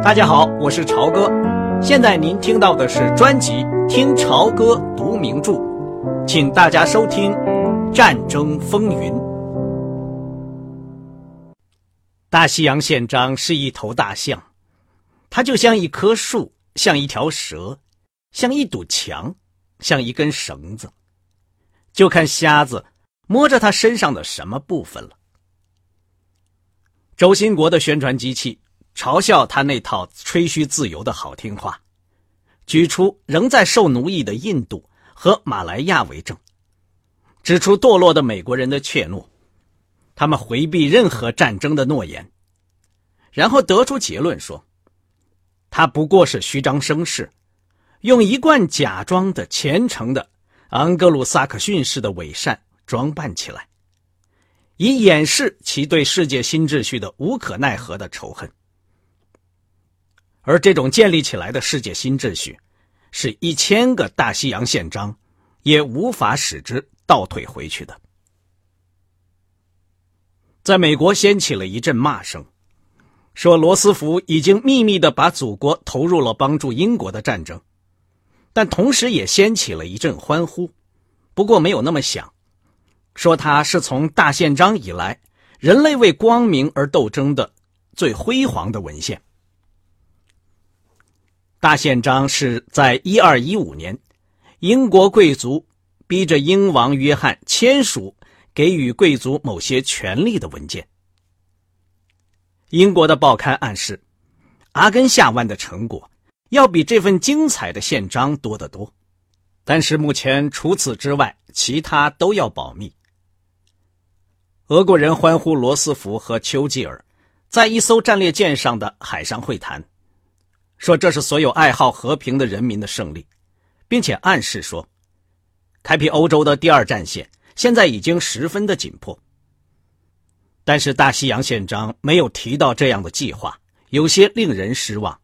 大家好，我是朝哥。现在您听到的是专辑《听朝歌读名著》，请大家收听《战争风云》。大西洋宪章是一头大象，它就像一棵树，像一条蛇，像一堵墙，像一根绳子，就看瞎子摸着它身上的什么部分了。周兴国的宣传机器嘲笑他那套吹嘘自由的好听话，举出仍在受奴役的印度和马来亚为证，指出堕落的美国人的怯懦，他们回避任何战争的诺言，然后得出结论说，他不过是虚张声势，用一贯假装的虔诚的盎格鲁撒克逊式的伪善装扮起来，以掩饰其对世界新秩序的无可奈何的仇恨。而这种建立起来的世界新秩序，是1000个大西洋宪章也无法使之倒退回去的。在美国掀起了一阵骂声，说罗斯福已经秘密地把祖国投入了帮助英国的战争，但同时也掀起了一阵欢呼，不过没有那么响，说它是从大宪章以来人类为光明而斗争的最辉煌的文献。大宪章是在1215年英国贵族逼着英王约翰签署给予贵族某些权利的文件。英国的报刊暗示，阿根夏湾的成果要比这份精彩的宪章多得多，但是目前除此之外其他都要保密。俄国人欢呼罗斯福和丘吉尔在一艘战列舰上的海上会谈，说这是所有爱好和平的人民的胜利，并且暗示说，开辟欧洲的第二战线现在已经十分的紧迫。但是大西洋宪章没有提到这样的计划，有些令人失望。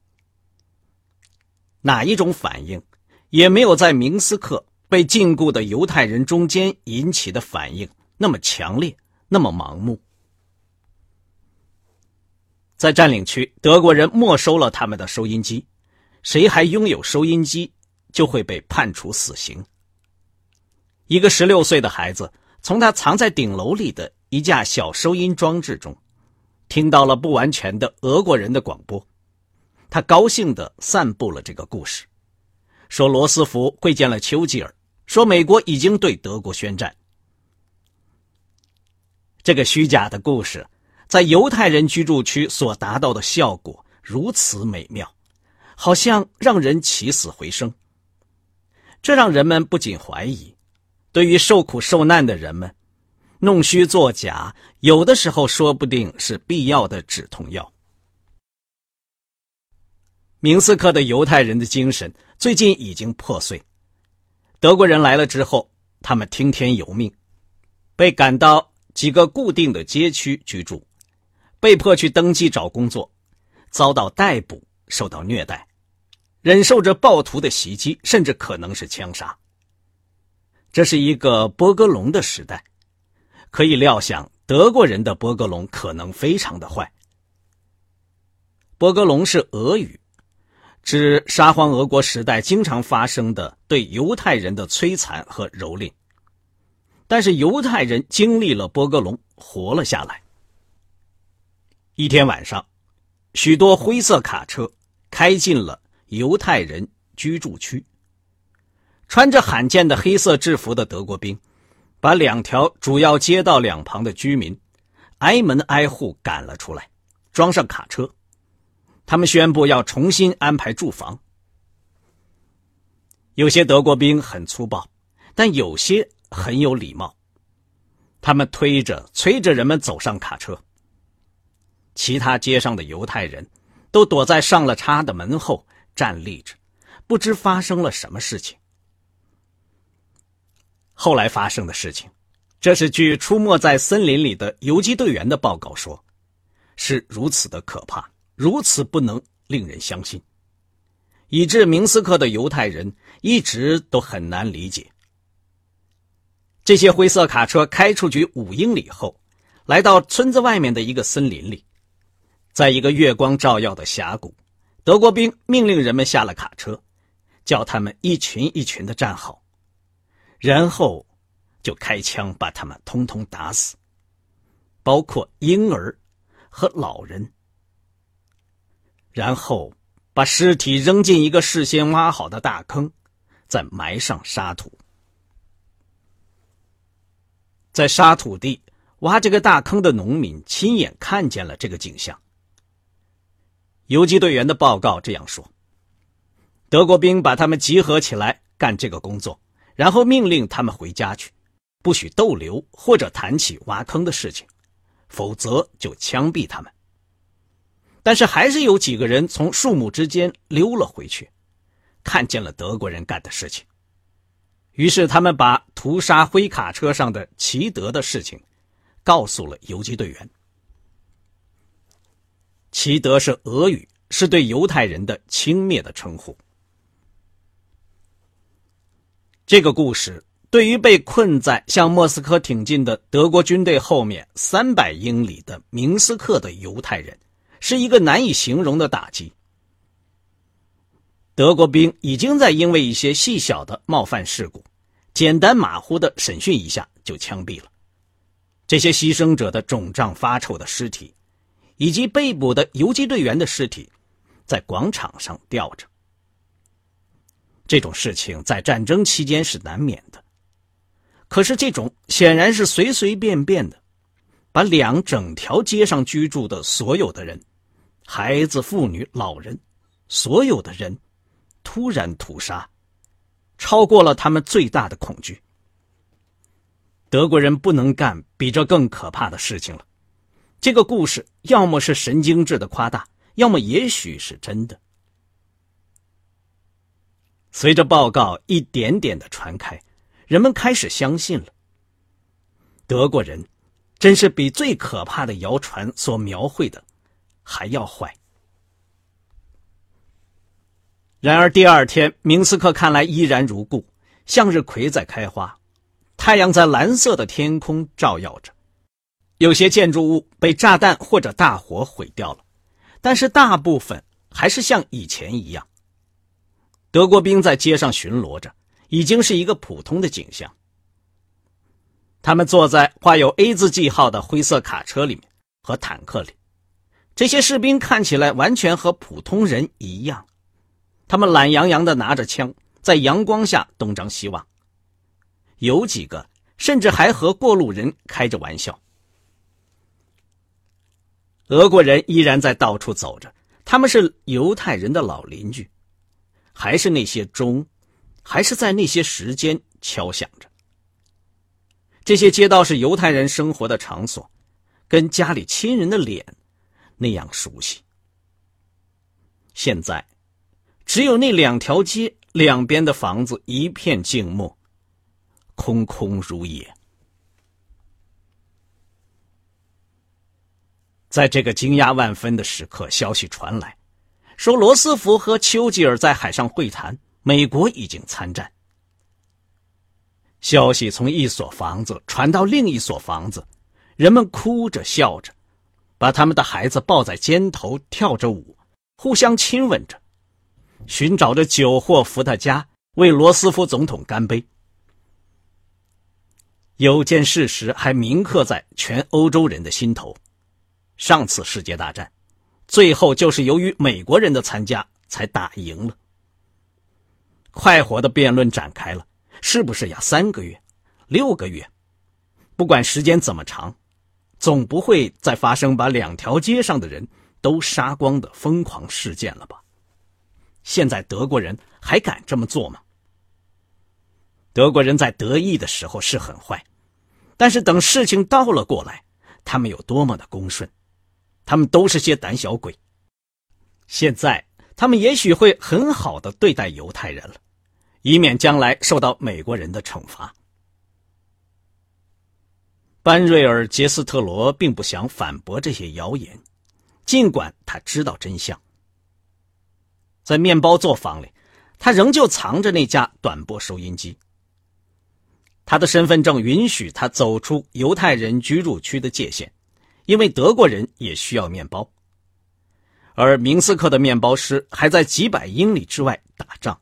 哪一种反应也没有在明斯克被禁锢的犹太人中间引起的反应那么强烈，那么盲目。在占领区，德国人没收了他们的收音机，谁还拥有收音机就会被判处死刑。一个16岁的孩子从他藏在顶楼里的一架小收音装置中听到了不完全的俄国人的广播，他高兴地散布了这个故事，说罗斯福会见了丘吉尔，说美国已经对德国宣战。这个虚假的故事在犹太人居住区所达到的效果如此美妙，好像让人起死回生。这让人们不禁怀疑，对于受苦受难的人们，弄虚作假有的时候说不定是必要的止痛药。明斯克的犹太人的精神最近已经破碎，德国人来了之后，他们听天由命，被赶到几个固定的街区居住，被迫去登记找工作，遭到逮捕，受到虐待，忍受着暴徒的袭击，甚至可能是枪杀。这是一个波哥龙的时代，可以料想德国人的波哥龙可能非常的坏。波哥龙是俄语，指沙皇俄国时代经常发生的对犹太人的摧残和蹂躏。但是犹太人经历了波哥龙，活了下来。一天晚上，许多灰色卡车开进了犹太人居住区，穿着罕见的黑色制服的德国兵把2条主要街道两旁的居民挨门挨户赶了出来，装上卡车。他们宣布要重新安排住房。有些德国兵很粗暴，但有些很有礼貌，他们推着催着人们走上卡车。其他街上的犹太人都躲在上了叉的门后站立着，不知发生了什么事情。后来发生的事情，这是据出没在森林里的游击队员的报告说，是如此的可怕，如此不能令人相信，以致明斯克的犹太人一直都很难理解。这些灰色卡车开出去5英里后，来到村子外面的一个森林里， 在一个月光照耀的峡谷，德国兵命令人们下了卡车，叫他们一群一群地站好，然后就开枪把他们通通打死，包括婴儿和老人，然后把尸体扔进一个事先挖好的大坑，再埋上沙土。在沙土地挖这个大坑的农民亲眼看见了这个景象。游击队员的报告这样说：德国兵把他们集合起来干这个工作，然后命令他们回家去，不许逗留或者谈起挖坑的事情，否则就枪毙他们。但是还是有几个人从树木之间溜了回去，看见了德国人干的事情。于是他们把屠杀灰卡车上的齐德的事情告诉了游击队员。齐德是俄语，是对犹太人的轻蔑的称呼。这个故事对于被困在向莫斯科挺进的德国军队后面300英里的明斯克的犹太人是一个难以形容的打击。德国兵已经在因为一些细小的冒犯事故，简单马虎的审讯一下就枪毙了。这些牺牲者的肿胀发臭的尸体，以及被捕的游击队员的尸体，在广场上吊着。这种事情在战争期间是难免的，可是这种显然是随随便便的，把整条街上居住的所有的人，孩子、妇女、老人，所有的人突然屠杀，超过了他们最大的恐惧。德国人不能干比这更可怕的事情了。这个故事要么是神经质的夸大，要么也许是真的。随着报告一点点的传开，人们开始相信了。德国人真是比最可怕的谣传所描绘的还要坏。然而第二天，明斯克看来依然如故，向日葵在开花，太阳在蓝色的天空照耀着。有些建筑物被炸弹或者大火毁掉了，但是大部分还是像以前一样。德国兵在街上巡逻着，已经是一个普通的景象。他们坐在画有 A 字记号的灰色卡车里面和坦克里，这些士兵看起来完全和普通人一样。他们懒洋洋地拿着枪，在阳光下东张西望，有几个甚至还和过路人开着玩笑。俄国人依然在到处走着，他们是犹太人的老邻居，还是那些钟，还是在那些时间敲响着。这些街道是犹太人生活的场所，跟家里亲人的脸那样熟悉。现在只有那2条街两边的房子一片静默，空空如也。在这个惊讶万分的时刻，消息传来，说罗斯福和丘吉尔在海上会谈，美国已经参战。消息从一所房子传到另一所房子，人们哭着笑着，把他们的孩子抱在肩头跳着舞，互相亲吻着，寻找着酒或伏特加，为罗斯福总统干杯。有件事实还铭刻在全欧洲人的心头，上次世界大战最后就是由于美国人的参加才打赢了。快活的辩论展开了，是不是呀3个月、6个月，不管时间怎么长，总不会再发生把2条街上的人都杀光的疯狂事件了吧？现在德国人还敢这么做吗？德国人在得意的时候是很坏，但是等事情倒了过来，他们有多么的恭顺，他们都是些胆小鬼。现在他们也许会很好的对待犹太人了，以免将来受到美国人的惩罚。班瑞尔·杰斯特罗并不想反驳这些谣言，尽管他知道真相。在面包作坊里，他仍旧藏着那架短波收音机。他的身份证允许他走出犹太人居住区的界限，因为德国人也需要面包。 而明斯克的面包师还在几百英里之外打仗。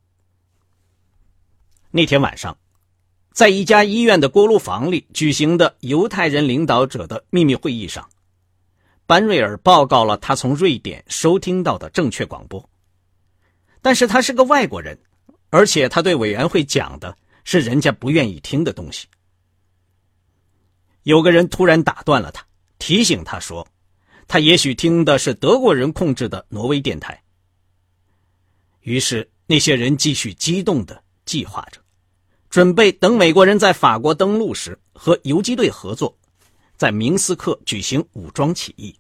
那天晚上，在一家医院的锅炉房里举行的犹太人领导者的秘密会议上，班瑞尔报告了他从瑞典收听到的正确广播。但是他是个外国人，而且他对委员会讲的是人家不愿意听的东西。有个人突然打断了他，提醒他说，他也许听的是德国人控制的挪威电台。于是那些人继续激动地计划着，准备等美国人在法国登陆时和游击队合作，在明斯克举行武装起义。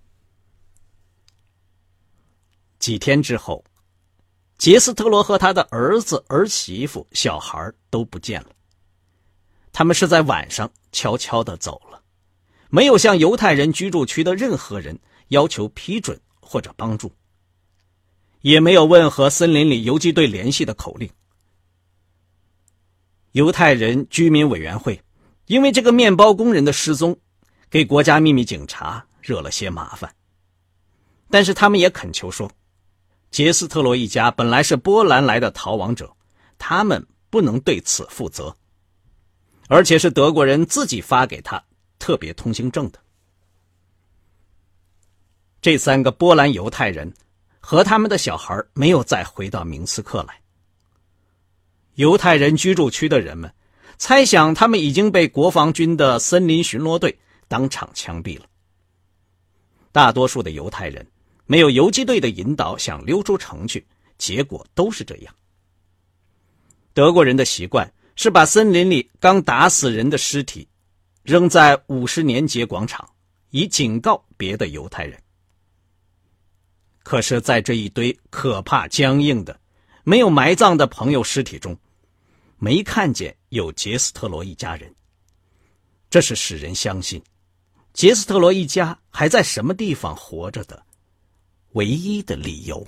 几天之后，杰斯特罗和他的儿子、儿媳妇、小孩都不见了。他们是在晚上悄悄地走了，没有向犹太人居住区的任何人要求批准或者帮助，也没有问和森林里游击队联系的口令。犹太人居民委员会因为这个面包工人的失踪，给国家秘密警察惹了些麻烦。但是他们也恳求说，杰斯特罗一家本来是波兰来的逃亡者，他们不能对此负责，而且是德国人自己发给他特别通行证的。这3个波兰犹太人和他们的小孩没有再回到明斯克来。犹太人居住区的人们猜想他们已经被国防军的森林巡逻队当场枪毙了。大多数的犹太人没有游击队的引导想溜出城去，结果都是这样。德国人的习惯是把森林里刚打死人的尸体扔在50年街广场，以警告别的犹太人。可是在这一堆可怕僵硬的没有埋葬的朋友尸体中，没看见有杰斯特罗一家人。这是使人相信杰斯特罗一家还在什么地方活着的唯一的理由。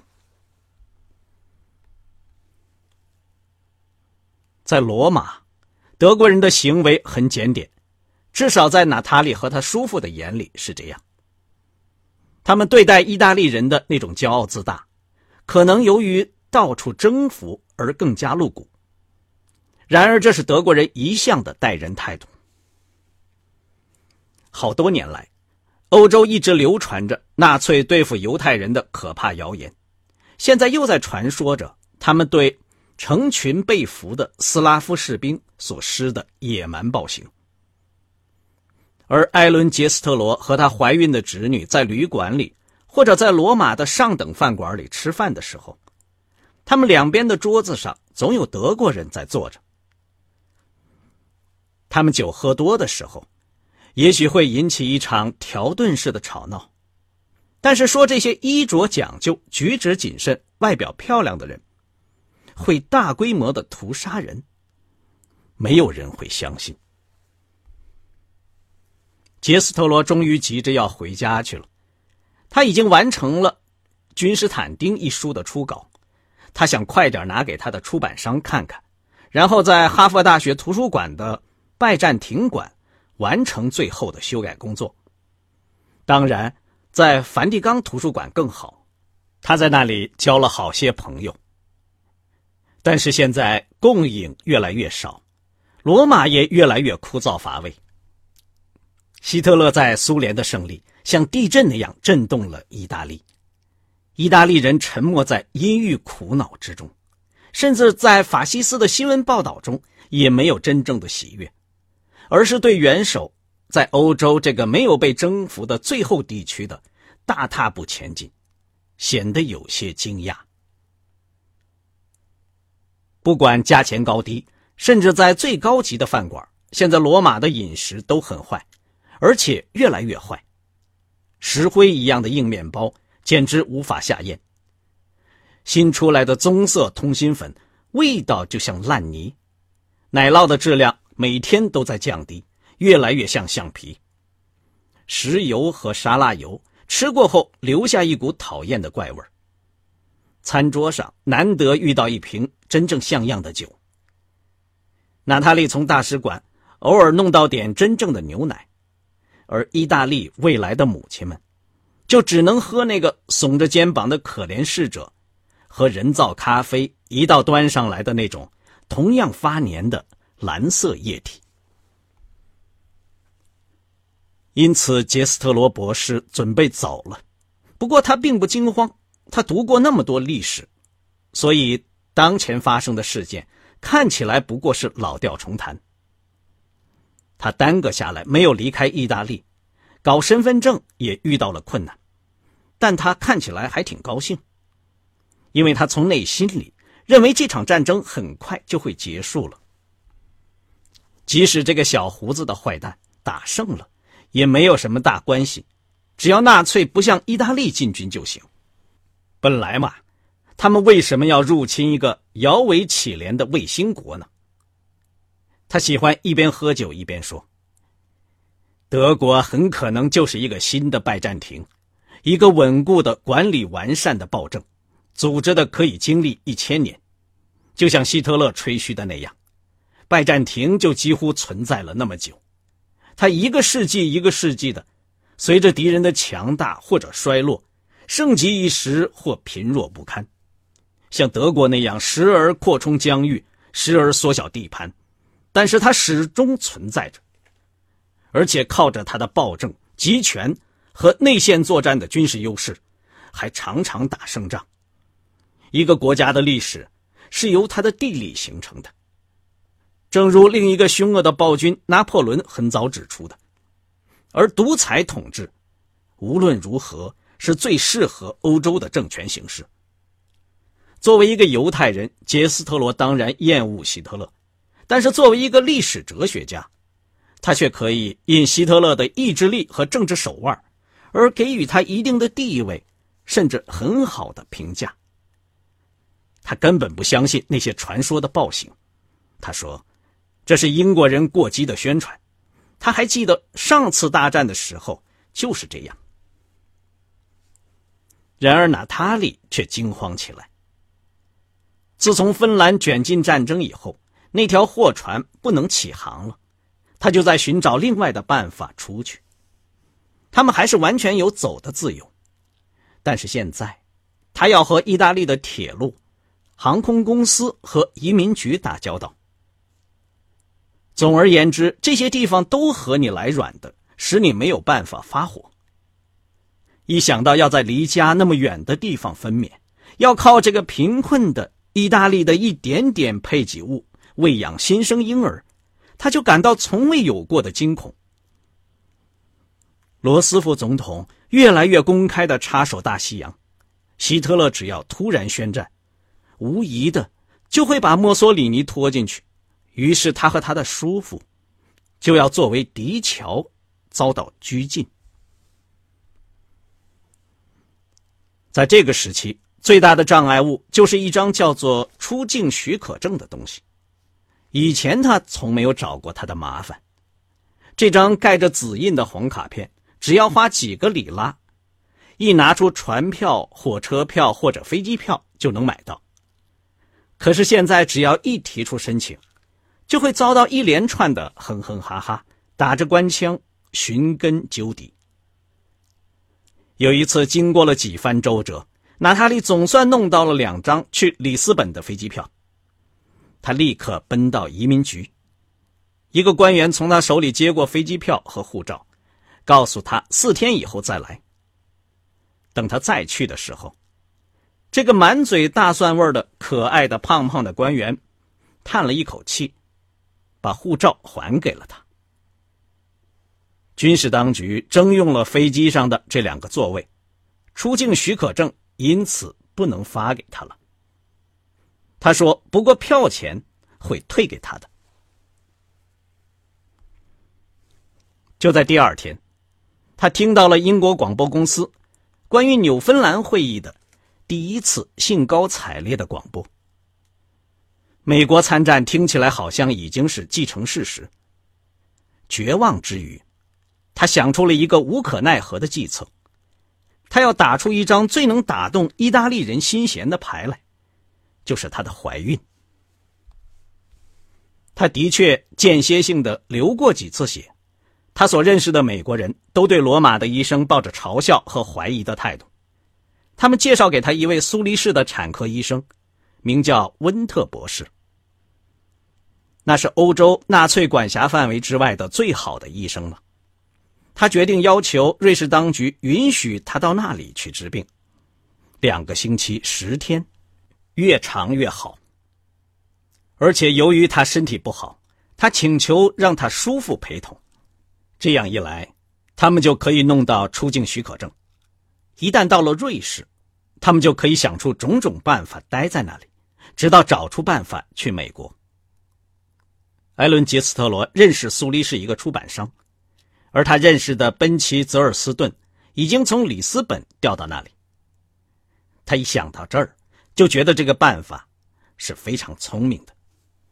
在罗马，德国人的行为很检点，至少在娜塔莉和她叔父的眼里是这样。他们对待意大利人的那种骄傲自大，可能由于到处征服而更加露骨。然而这是德国人一向的待人态度。好多年来，欧洲一直流传着纳粹对付犹太人的可怕谣言，现在又在传说着他们对成群被俘的斯拉夫士兵所施的野蛮暴行。而艾伦·杰斯特罗和她怀孕的侄女在旅馆里或者在罗马的上等饭馆里吃饭的时候，他们两边的桌子上总有德国人在坐着。他们酒喝多的时候，也许会引起一场条顿式的吵闹，但是说这些衣着讲究、举止谨慎、外表漂亮的人会大规模的屠杀人，没有人会相信。杰斯特罗终于急着要回家去了，他已经完成了《君士坦丁》一书的初稿，他想快点拿给他的出版商看看，然后在哈佛大学图书馆的拜占庭馆完成最后的修改工作。当然，在梵蒂冈图书馆更好，他在那里交了好些朋友。但是现在供应越来越少，罗马也越来越枯燥乏味。希特勒在苏联的胜利像地震那样震动了意大利，意大利人沉没在阴郁苦恼之中，甚至在法西斯的新闻报道中也没有真正的喜悦，而是对元首在欧洲这个没有被征服的最后地区的大踏步前进显得有些惊讶。不管价钱高低，甚至在最高级的饭馆，现在罗马的饮食都很坏，而且越来越坏。石灰一样的硬面包简直无法下咽，新出来的棕色通心粉味道就像烂泥，奶酪的质量每天都在降低，越来越像橡皮。石油和沙拉油吃过后留下一股讨厌的怪味。餐桌上难得遇到一瓶真正像样的酒。娜塔莉从大使馆偶尔弄到点真正的牛奶，而意大利未来的母亲们就只能喝那个耸着肩膀的可怜侍者和人造咖啡一道端上来的那种同样发黏的蓝色液体。因此杰斯特罗博士准备走了，不过他并不惊慌，他读过那么多历史，所以当前发生的事件看起来不过是老调重弹。他耽搁下来，没有离开意大利，搞身份证也遇到了困难，但他看起来还挺高兴，因为他从内心里认为这场战争很快就会结束了。即使这个小胡子的坏蛋打胜了，也没有什么大关系，只要纳粹不向意大利进军就行。本来嘛，他们为什么要入侵一个摇尾乞怜的卫星国呢？他喜欢一边喝酒一边说，德国很可能就是一个新的拜占庭，一个稳固的管理完善的暴政，组织的可以经历1000年，就像希特勒吹嘘的那样，拜占庭就几乎存在了那么久，他一个世纪一个世纪的，随着敌人的强大或者衰落，盛极一时或贫弱不堪，像德国那样时而扩充疆域，时而缩小地盘，但是它始终存在着，而且靠着他的暴政、集权和内线作战的军事优势，还常常打胜仗。一个国家的历史是由它的地理形成的，正如另一个凶恶的暴君拿破仑很早指出的。而独裁统治无论如何是最适合欧洲的政权形式。作为一个犹太人，杰斯特罗当然厌恶希特勒，但是作为一个历史哲学家，他却可以因希特勒的意志力和政治手腕而给予他一定的地位，甚至很好的评价。他根本不相信那些传说的暴行，他说这是英国人过激的宣传，他还记得上次大战的时候就是这样。然而娜塔莉却惊慌起来。自从芬兰卷进战争以后，那条货船不能起航了，他就在寻找另外的办法出去。他们还是完全有走的自由，但是现在他要和意大利的铁路、航空公司和移民局打交道。总而言之，这些地方都和你来软的，使你没有办法发火。一想到要在离家那么远的地方分娩，要靠这个贫困的意大利的一点点配给物喂养新生婴儿，他就感到从未有过的惊恐。罗斯福总统越来越公开地插手大西洋，希特勒只要突然宣战，无疑的就会把墨索里尼拖进去，于是他和他的叔父就要作为敌侨遭到拘禁。在这个时期，最大的障碍物就是一张叫做出境许可证的东西。以前他从没有找过他的麻烦。这张盖着紫印的红卡片只要花几个里拉，一拿出船票、火车票或者飞机票就能买到。可是现在只要一提出申请，就会遭到一连串的哼哼哈哈，打着官腔，寻根究底。有一次经过了几番周折，娜塔莉总算弄到了2张去里斯本的飞机票。他立刻奔到移民局，一个官员从他手里接过飞机票和护照，告诉他4天以后再来。等他再去的时候，这个满嘴大蒜味的可爱的胖胖的官员叹了一口气，把护照还给了他。军事当局征用了飞机上的这2个座位，出境许可证因此不能发给他了。他说不过票钱会退给他的。就在第2天，他听到了英国广播公司关于纽芬兰会议的第一次兴高采烈的广播。美国参战听起来好像已经是既成事实。绝望之余，他想出了一个无可奈何的计策，他要打出一张最能打动意大利人心弦的牌来，就是她的怀孕。他的确间歇性的流过几次血， 他所认识的美国人都对罗马的医生抱着嘲笑和怀疑的态度。他们介绍给他一位苏黎世的产科医生，名叫温特博士。那是欧洲纳粹管辖范围之外的最好的医生了。他决定要求瑞士当局允许他到那里去治病，2个星期10天，越长越好。而且由于他身体不好，他请求让他叔父陪同。这样一来，他们就可以弄到出境许可证。一旦到了瑞士，他们就可以想出种种办法待在那里，直到找出办法去美国。埃伦·杰斯特罗认识苏黎世一个出版商，而他认识的奔奇·泽尔斯顿已经从里斯本调到那里。他一想到这儿，就觉得这个办法是非常聪明的。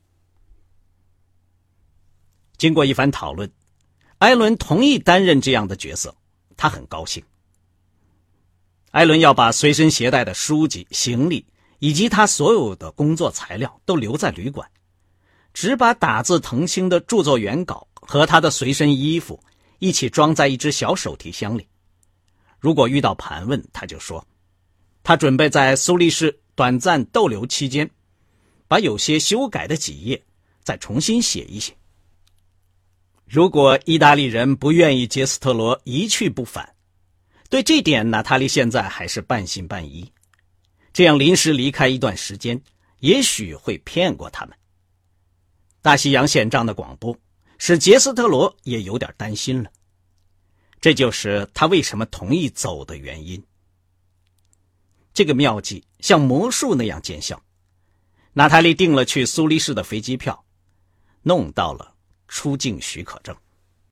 经过一番讨论，埃伦同意担任这样的角色，他很高兴。埃伦要把随身携带的书籍、行李以及他所有的工作材料都留在旅馆，只把打字腾青的著作原稿和他的随身衣服一起装在一只小手提箱里。如果遇到盘问，他就说他准备在苏黎世短暂逗留期间，把有些修改的几页再重新写一写。如果意大利人不愿意杰斯特罗一去不返，对这点娜塔莉现在还是半信半疑。这样临时离开一段时间，也许会骗过他们。大西洋宪章的广播使杰斯特罗也有点担心了，这就是他为什么同意走的原因。这个妙计像魔术那样见效，娜塔莉订了去苏黎世的飞机票，弄到了出境许可证。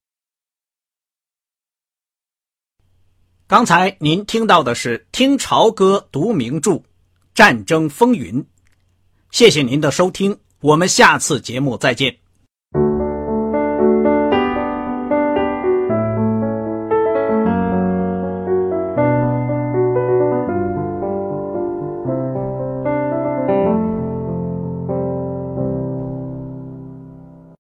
刚才您听到的是听潮歌读名著《战争风云》，谢谢您的收听，我们下次节目再见。